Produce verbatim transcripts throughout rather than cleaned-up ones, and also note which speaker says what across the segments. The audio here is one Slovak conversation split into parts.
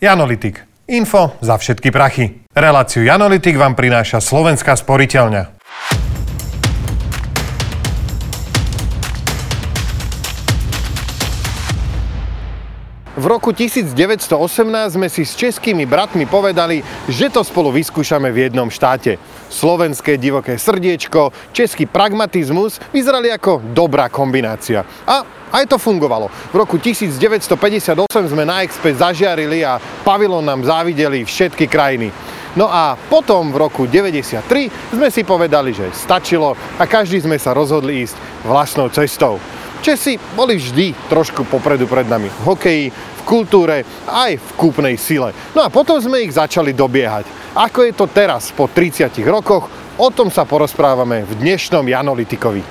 Speaker 1: Janolytik. Info za všetky prachy. Reláciu Janolytik vám prináša Slovenská sporiteľňa. V roku devätnásťstoosemnásť sme si s českými bratmi povedali, že to spolu vyskúšame v jednom štáte. Slovenské divoké srdiečko, český pragmatizmus vyzerali ako dobrá kombinácia. A aj to fungovalo. V roku devätnásťstopäťdesiatosem sme na Expe zažiarili a pavilón nám závideli všetky krajiny. No a potom v roku deväťdesiattri sme si povedali, že stačilo a každý sme sa rozhodli ísť vlastnou cestou. Česi boli vždy trošku popredu pred nami v hokeji, v kultúre, aj v kúpnej sile. No a potom sme ich začali dobiehať. Ako je to teraz po tridsiatich rokoch, o tom sa porozprávame v dnešnom Janolytikovi.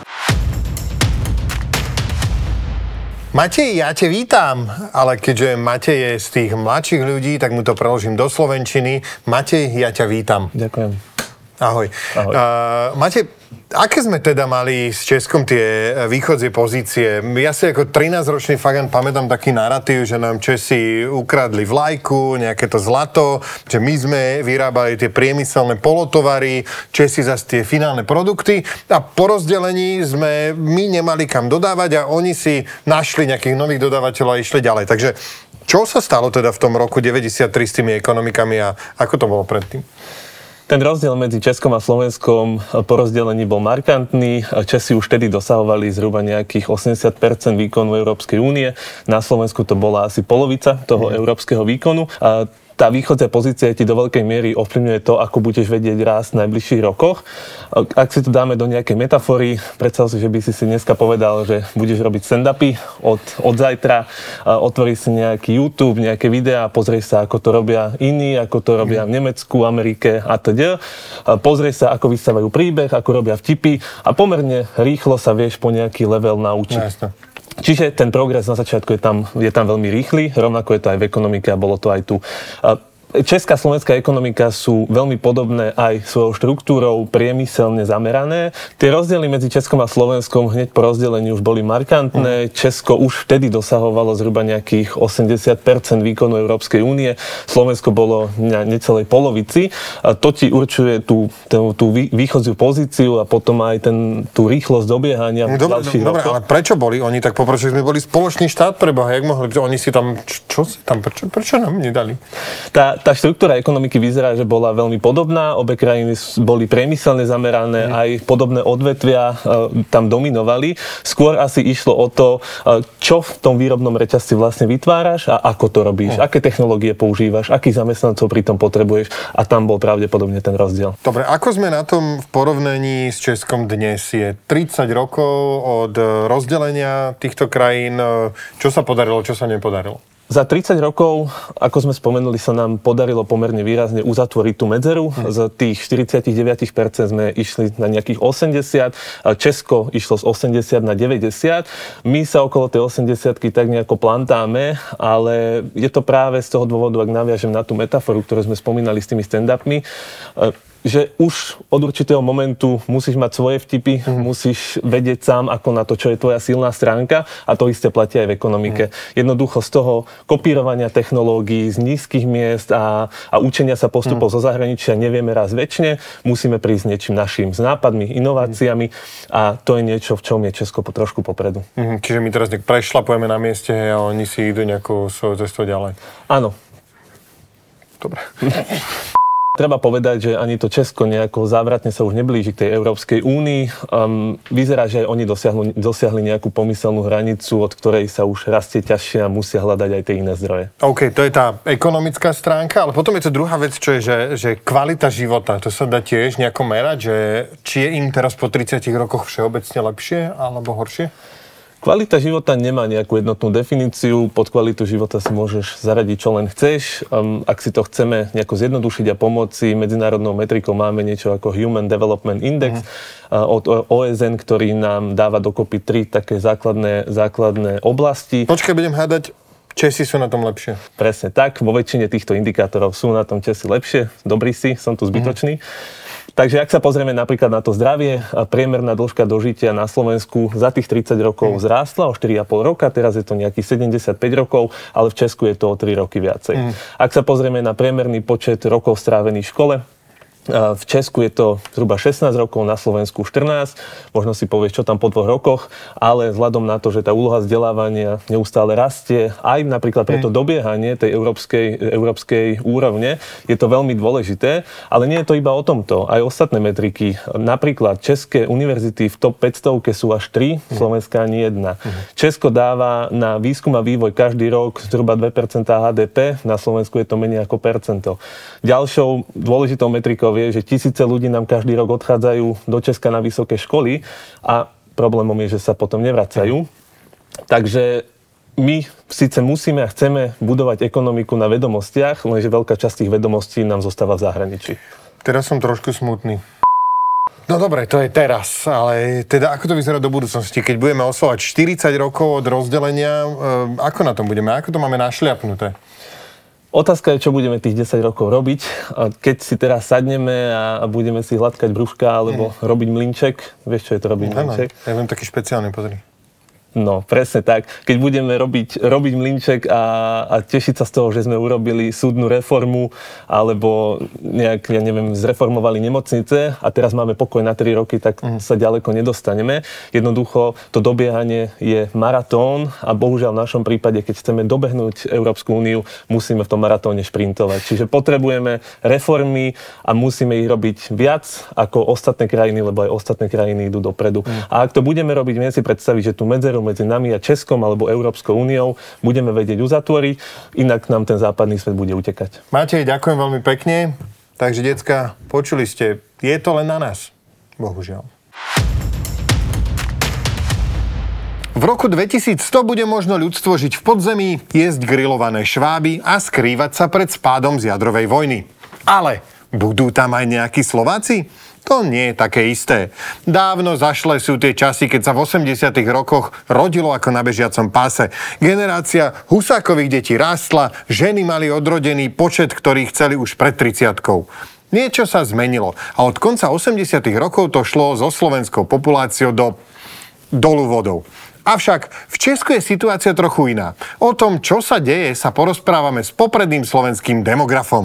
Speaker 1: Matej, ja te vítam, ale keďže Matej je z tých mladších ľudí, tak mu to preložím do slovenčiny. Matej, ja ťa vítam.
Speaker 2: Ďakujem.
Speaker 1: Ahoj.
Speaker 2: Ahoj.
Speaker 1: Uh, Matej, aké sme teda mali s Českom tie východzie pozície? Ja si ako trinásťročný Fagan pamätám taký narratív, že nám Česi ukradli vlajku, nejaké to zlato, že my sme vyrábali tie priemyselné polotovary, Česi zase tie finálne produkty a po rozdelení sme my nemali kam dodávať a oni si našli nejakých nových dodávateľov a išli ďalej. Takže čo sa stalo teda v tom roku deväťdesiattri s tými ekonomikami a ako to bolo predtým?
Speaker 2: Ten rozdiel medzi Českom a Slovenskom po rozdelení bol markantný. Česi už vtedy dosahovali zhruba nejakých osemdesiat percent výkonu Európskej únie. Na Slovensku to bola asi polovica toho mm. európskeho výkonu. A tá východzia pozícia ti do veľkej miery ovplyvňuje to, ako budeš vedieť rásť v najbližších rokoch. Ak si to dáme do nejakej metafory, predstav si, že by si si dneska povedal, že budeš robiť stand-upy od, od zajtra, otvoríš si nejaký YouTube, nejaké videá, pozrieš sa, ako to robia iní, ako to robia v Nemecku, Amerike a teda. Pozrieš sa, ako vystávajú príbeh, ako robia vtipy a pomerne rýchlo sa vieš po nejaký level naučiť.
Speaker 1: Jasne.
Speaker 2: Čiže ten progres na začiatku je tam, je tam veľmi rýchly, rovnako je to aj v ekonomike a bolo to aj tu. Česká a slovenská ekonomika sú veľmi podobné aj svojou štruktúrou, priemyselne zamerané. Tie rozdiely medzi Českom a Slovenskom hneď po rozdelení už boli markantné. Mm. Česko už vtedy dosahovalo zhruba nejakých osemdesiat percent výkonu Európskej únie. Slovensko bolo na necelej polovici. A to ti určuje tú, tú, tú východziu pozíciu a potom aj ten, tú rýchlosť dobiehania v
Speaker 1: dobre,
Speaker 2: ďalších
Speaker 1: dobre,
Speaker 2: rokoch.
Speaker 1: ale prečo boli oni tak poprvé, že sme boli spoločný štát pre Boha? Jak mohli, oni si tam, čo si tam, prečo, prečo nám nedali?
Speaker 2: Tá, Tá štruktúra ekonomiky vyzerá, že bola veľmi podobná. Obe krajiny boli priemyselne zamerané, mm. aj podobné odvetvia e, tam dominovali. Skôr asi išlo o to, e, čo v tom výrobnom reťazci vlastne vytváraš a ako to robíš, mm. aké technológie používaš, akých zamestnancov pri tom potrebuješ a tam bol pravdepodobne ten rozdiel.
Speaker 1: Dobre, ako sme na tom v porovnaní s Českom dnes? Je tridsať rokov od rozdelenia týchto krajín. Čo sa podarilo, čo sa nepodarilo?
Speaker 2: Za tridsať rokov, ako sme spomenuli, sa nám podarilo pomerne výrazne uzatvoriť tú medzeru. Hmm. Z tých štyridsaťdeväť percent sme išli na nejakých osemdesiat, Česko išlo z osemdesiat na deväťdesiat. My sa okolo tej osemdesiatky tak nejako plantáme, ale je to práve z toho dôvodu, ak naviažem na tú metaforu, ktorú sme spomínali s tými stand-upmi, že už od určitého momentu musíš mať svoje vtipy, mm. musíš vedieť sám ako na to, čo je tvoja silná stránka a to isté platí aj v ekonomike. Mm. Jednoducho z toho kopírovania technológií, z nízkych miest a, a učenia sa postupov mm. zo zahraničia nevieme raz väčšine, musíme prísť niečím našim s nápadmi, inováciami a to je niečo, v čom je Česko trošku popredu.
Speaker 1: Mm. Čiže my teraz nejak prešlapujeme na mieste a oni si idú nejakou svojou cestou ďalej.
Speaker 2: Áno.
Speaker 1: Dobre.
Speaker 2: Treba povedať, že ani to Česko nejako závratne sa už neblíži k tej Európskej únii. Um, vyzerá, že aj oni dosiahli, dosiahli nejakú pomyselnú hranicu, od ktorej sa už rastie ťažšie a musia hľadať aj tie iné zdroje. OK, to je tá ekonomická stránka, ale potom je to druhá vec, čo je, že, že kvalita života. To sa dá tiež nejako merať, že či je im teraz po tridsiatich rokoch všeobecne lepšie alebo horšie? Kvalita života nemá nejakú jednotnú definíciu. Pod kvalitu života si môžeš zaradiť, čo len chceš. Um, ak si to chceme nejako zjednodušiť a pomôcť, medzinárodnou metrikou máme niečo ako Human Development Index mm. uh, od ó es en, ktorý nám dáva dokopy tri také základné, základné oblasti.
Speaker 1: Počkaj, budem hádať. Česi sú na tom lepšie.
Speaker 2: Presne tak. Vo väčšine týchto indikátorov sú na tom Česi lepšie. Dobrý si, som tu zbytočný. Mm. Takže ak sa pozrieme napríklad na to zdravie, priemerná dĺžka dožitia na Slovensku za tých tridsať rokov vzrástla o štyri a pol roka, teraz je to nejakých sedemdesiatpäť rokov, ale v Česku je to o tri roky viacej. Mm. Ak sa pozrieme na priemerný počet rokov strávených v škole, v Česku je to zhruba šestnásť rokov, na Slovensku štrnásť. Možno si povieš, čo tam po dvoch rokoch, ale vzhľadom na to, že tá úloha vzdelávania neustále rastie, aj napríklad pre to dobiehanie tej európskej, európskej úrovne, je to veľmi dôležité. Ale nie je to iba o tomto, aj ostatné metriky. Napríklad české univerzity v top päťsto sú až tri, Slovenská ani jedna. Česko dáva na výskum a vývoj každý rok zhruba dve percentá há dé pé, na Slovensku je to menej ako percento. Ďalšou dôležitou metrikou vie, že tisíce ľudí nám každý rok odchádzajú do Česka na vysoké školy a problémom je, že sa potom nevracajú. Takže my síce musíme a chceme budovať ekonomiku na vedomostiach, lenže veľká časť tých vedomostí nám zostáva v zahraničí.
Speaker 1: Teraz som trošku smutný. No dobre, to je teraz, ale teda ako to vyzerá do budúcnosti? Keď budeme oslovať štyridsať rokov od rozdelenia, ako na tom budeme? Ako to máme našliapnuté?
Speaker 2: Otázka je, čo budeme tých desať rokov robiť. Keď si teraz sadneme a budeme si hladkať brúška alebo mm. robiť mlynček. Vieš, čo je to robiť mlynček?
Speaker 1: Ja viem taký špeciálny, pozri.
Speaker 2: No, presne tak. Keď budeme robiť, robiť mlynček a, a tešiť sa z toho, že sme urobili súdnu reformu alebo nejak, ja neviem, zreformovali nemocnice a teraz máme pokoj na tri roky, tak mm. sa ďaleko nedostaneme. Jednoducho, to dobiehanie je maratón a bohužiaľ v našom prípade, keď chceme dobehnúť Európsku úniu, musíme v tom maratóne šprintovať. Čiže potrebujeme reformy a musíme ich robiť viac ako ostatné krajiny, lebo aj ostatné krajiny idú dopredu. Mm. A ak to budeme robiť, vieme si predstaviť, že tú medzeru medzi nami a Českom alebo Európskou úniou budeme vedieť uzatvoriť, inak nám ten západný svet bude utekať.
Speaker 1: Matej, ďakujem veľmi pekne. Takže, decka, počuli ste, je to len na nás. Bohužiaľ. V roku dvetisícsto bude možno ľudstvo žiť v podzemí, jesť grillované šváby a skrývať sa pred spádom z jadrovej vojny. Ale budú tam aj nejakí Slováci? To nie je také isté. Dávno zašle sú tie časy, keď sa v osemdesiatych rokoch rodilo ako na bežiacom páse. Generácia Husákových detí rástla, ženy mali odrodený počet, ktorých chceli už pred tridsiatkou. Niečo sa zmenilo a od konca osemdesiatych rokov to šlo so slovenskou populáciou do dolu vodou. Avšak v Česku je situácia trochu iná. O tom, čo sa deje, sa porozprávame s popredným slovenským demografom.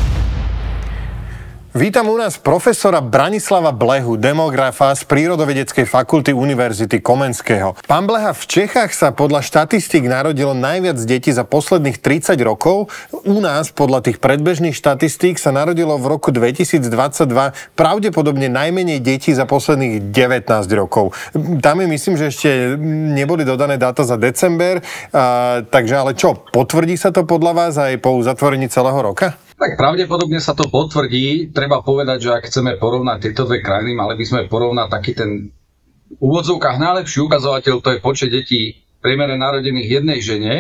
Speaker 1: Vítam u nás profesora Branislava Blehu, demografa z Prírodovedeckej fakulty Univerzity Komenského. Pán Bleha, v Čechách sa podľa štatistík narodilo najviac detí za posledných tridsať rokov. U nás podľa tých predbežných štatistík sa narodilo v roku dvetisícdvadsaťdva pravdepodobne najmenej detí za posledných devätnásť rokov. Tam je, myslím, že ešte neboli dodané dáta za december, a, takže ale čo, potvrdí sa to podľa vás aj po uzatvorení celého roka?
Speaker 3: Tak pravdepodobne sa to potvrdí. Treba povedať, že ak chceme porovnať tieto dve krajiny, mali by sme porovnať taký ten v úvodzovkách najlepší ukazovateľ, to je počet detí priemerne narodených jednej žene.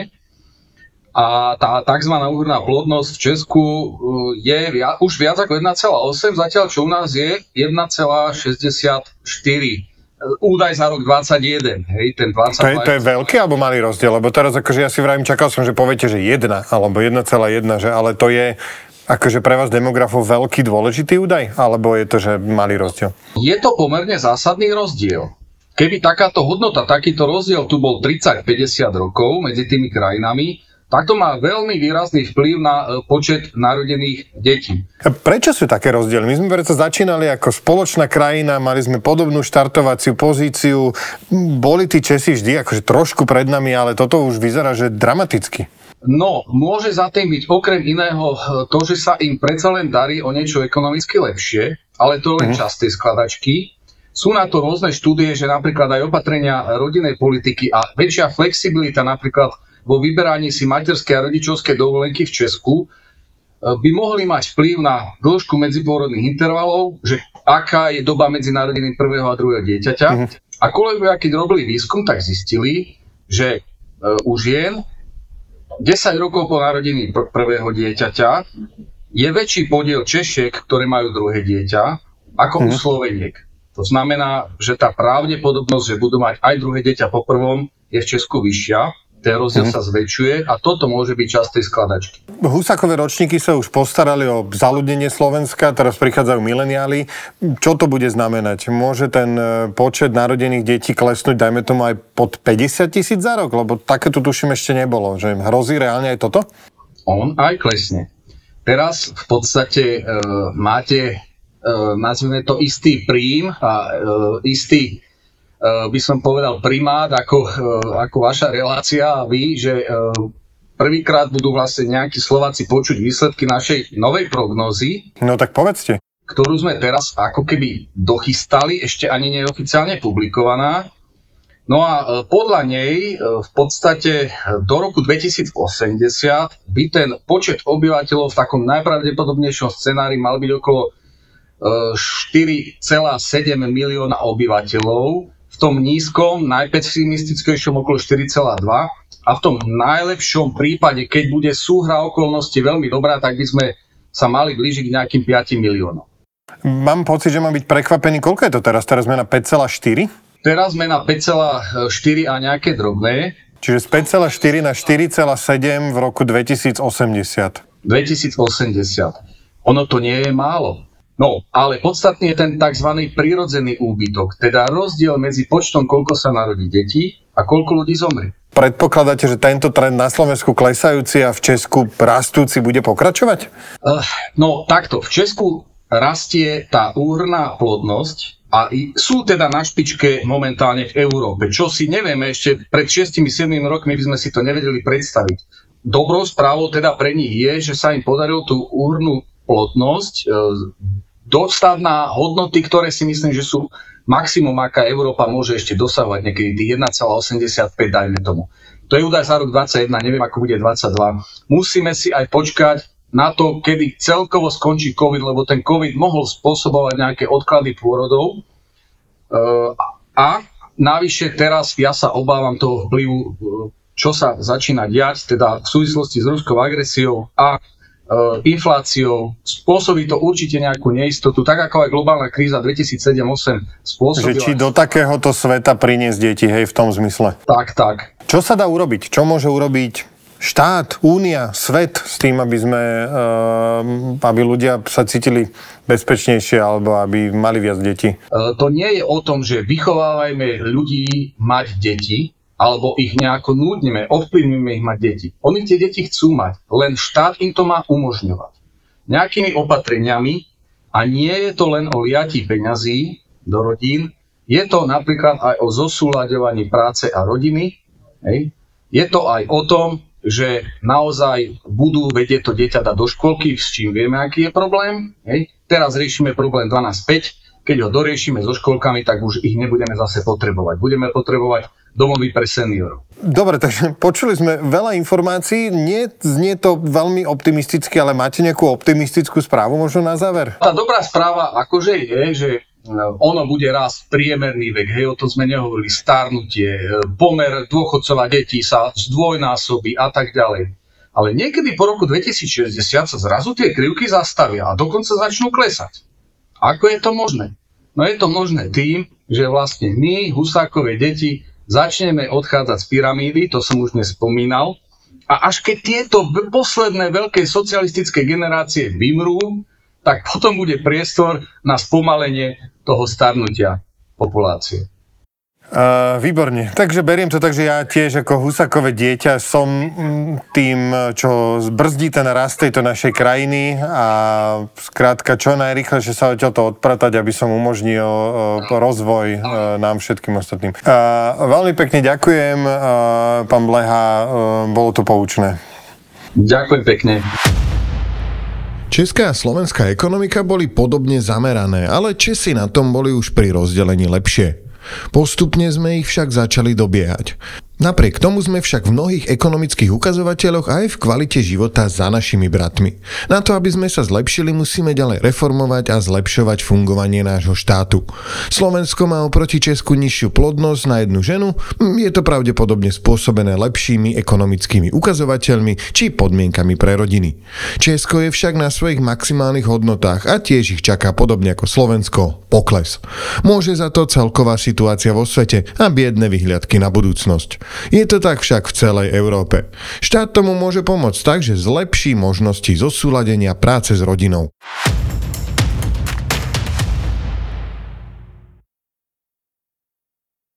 Speaker 3: A tá tzv. Úhrná plodnosť v Česku je via, už viac ako jeden celá osem, zatiaľ čo u nás je jeden celá šesťdesiatštyri. Údaj za rok dvadsaťjeden, hej, ten dvadsať.
Speaker 1: To je, to je veľký alebo malý rozdiel? Lebo teraz akože ja si vravím, čakal som, že poviete, že jedna, alebo jeden celá jedna, že ale to je akože pre vás demografov veľký dôležitý údaj? Alebo je to, že malý rozdiel?
Speaker 3: Je to pomerne zásadný rozdiel. Keby takáto hodnota, takýto rozdiel tu bol tridsať päťdesiat rokov medzi tými krajinami, tak to má veľmi výrazný vplyv na počet narodených detí.
Speaker 1: Prečo sú také rozdiely? My sme predsa začínali ako spoločná krajina, mali sme podobnú štartovaciu pozíciu, boli tí Česi vždy akože trošku pred nami, ale toto už vyzerá, že dramaticky.
Speaker 3: No, môže za tým byť okrem iného to, že sa im predsa len darí o niečo ekonomicky lepšie, ale to len časť tej skladačky. Sú na to rôzne štúdie, že napríklad aj opatrenia rodinnej politiky a väčšia flexibilita napríklad vo vyberaní si materskej a rodičovskej dovolenky v Česku by mohli mať vplyv na dĺžku medzipôrodných intervalov, že aká je doba medzi narodením prvého a druhého dieťaťa. Uh-huh. A kolegovia, keď robili výskum, tak zistili, že u žien desať rokov po narodení pr- prvého dieťaťa je väčší podiel Češiek, ktoré majú druhé dieťa, ako uh-huh. u Sloveniek. To znamená, že tá pravdepodobnosť, že budú mať aj druhé dieťa po prvom, je v Česku vyššia. ten rozdiel mm. sa zväčšuje a toto môže byť časť tej skladačky.
Speaker 1: Husakové ročníky sa už postarali o zaľudnenie Slovenska, teraz prichádzajú mileniáli. Čo to bude znamenať? Môže ten počet narodených detí klesnúť, dajme tomu, aj pod päťdesiat tisíc za rok? Lebo také tu tuším ešte nebolo. Že hrozí reálne aj toto?
Speaker 3: On aj klesne. Teraz v podstate e, máte, e, nazvime to, istý príjm a e, istý by som povedal primát ako, ako vaša relácia a vy, že prvýkrát budú vlastne nejakí Slováci počuť výsledky našej novej prognózy.
Speaker 1: No tak povedzte.
Speaker 3: Ktorú sme teraz ako keby dochystali, ešte ani nie je oficiálne publikovaná. No a podľa nej v podstate do roku dvetisícosemdesiat by ten počet obyvateľov v takom najpravdepodobnejšom scenári mal byť okolo štyri celé sedem milióna obyvateľov, v tom nízkom, najpesimistickejšom okolo štyri celé dva a v tom najlepšom prípade, keď bude súhra okolností veľmi dobrá, tak by sme sa mali blížiť k nejakým päť miliónom.
Speaker 1: Mám pocit, že mám byť prekvapený. Koľko je to teraz? Teraz sme na päť celé štyri?
Speaker 3: Teraz sme na päť celé štyri a nejaké drobné.
Speaker 1: Čiže z päť celé štyri na štyri celé sedem v roku dvetisícosemdesiat.
Speaker 3: dvetisícosemdesiat. Ono to nie je málo. No, ale podstatný je ten tzv. Prirodzený úbytok, teda rozdiel medzi počtom, koľko sa narodí detí a koľko ľudí zomrie.
Speaker 1: Predpokladáte, že tento trend na Slovensku klesajúci a v Česku rastúci bude pokračovať?
Speaker 3: Uh, no, takto. V Česku rastie tá úhrná plodnosť a sú teda na špičke momentálne v Európe, čo si nevieme ešte pred šesť sedem rokmi by sme si to nevedeli predstaviť. Dobrou správou teda pre nich je, že sa im podarilo tú úhrnú plodnosť dostať na hodnoty, ktoré si myslím, že sú maximum, aká Európa môže ešte dosahovať, niekedy tých jeden celé osemdesiatpäť, dajme tomu. To je údaj za rok dvadsaťjeden, neviem, ako bude dvadsaťdva. Musíme si aj počkať na to, kedy celkovo skončí COVID, lebo ten COVID mohol spôsobovať nejaké odklady pôrodov. A navyše teraz ja sa obávam toho vplyvu, čo sa začína diať, teda v súvislosti s ruskou agresiou a infláciou, spôsobí to určite nejakú neistotu, tak ako aj globálna kríza dvetisícsedem osem spôsobila.
Speaker 1: Že či do takéhoto sveta priniesť deti, hej, v tom zmysle.
Speaker 3: Tak, tak.
Speaker 1: Čo sa dá urobiť? Čo môže urobiť štát, únia, svet s tým, aby sme, aby ľudia sa cítili bezpečnejšie alebo aby mali viac detí?
Speaker 3: To nie je o tom, že vychovávajme ľudí mať deti, alebo ich nejako núdneme, ovplyvníme ich mať deti. Oni tie deti chcú mať, len štát im to má umožňovať. Nejakými opatreniami, a nie je to len o liatí peňazí do rodín, je to napríklad aj o zosúľaďovaní práce a rodiny. Hej. Je to aj o tom, že naozaj budú vedieť to dieťa dať do škôlky, s čím vieme, aký je problém. Hej. Teraz riešime problém dvanásť päť, keď ho doriešime so škôlkami, tak už ich nebudeme zase potrebovať. Budeme potrebovať domovy pre seniorov.
Speaker 1: Dobre, takže počuli sme veľa informácií, nie znie to veľmi optimisticky, ale máte nejakú optimistickú správu možno na záver?
Speaker 3: Tá dobrá správa akože je, že ono bude rásť priemerný vek, hej, o tom sme nehovorili, starnutie, pomer dôchodcov a detí sa zdvojnásobí a tak ďalej. Ale niekedy po roku dvetisícšesťdesiat sa zrazu tie krivky zastavia a dokonca začnú klesať. Ako je to možné? No je to možné tým, že vlastne my, Husákové deti, začneme odchádzať z pyramídy, to som už dnes spomínal, a až keď tieto posledné veľké socialistické generácie vymrú, tak potom bude priestor na spomalenie toho starnutia populácie.
Speaker 1: Uh, výborne. Takže beriem to tak, že ja tiež ako Husakové dieťa som tým, čo zbrzdí ten rast tejto našej krajiny a skrátka čo najrýchlejšie sa odtiaľto odpratať, aby som umožnil uh, rozvoj uh, nám všetkým ostatným. Uh, veľmi pekne ďakujem, uh, pán Bleha, uh, bolo to poučné.
Speaker 3: Ďakujem pekne.
Speaker 4: Česká a slovenská ekonomika boli podobne zamerané, ale Česi na tom boli už pri rozdelení lepšie. Postupne sme ich však začali dobiehať. Napriek tomu sme však v mnohých ekonomických ukazovateľoch aj v kvalite života za našimi bratmi. Na to, aby sme sa zlepšili, musíme ďalej reformovať a zlepšovať fungovanie nášho štátu. Slovensko má oproti Česku nižšiu plodnosť na jednu ženu, je to pravdepodobne spôsobené lepšími ekonomickými ukazovateľmi či podmienkami pre rodiny. Česko je však na svojich maximálnych hodnotách a tiež ich čaká podobne ako Slovensko pokles. Môže za to celková situácia vo svete a biedne vyhliadky na budúcnosť. Je to tak však v celej Európe. Štát tomu môže pomôcť tak, že zlepší možnosti zosúladenia práce s rodinou.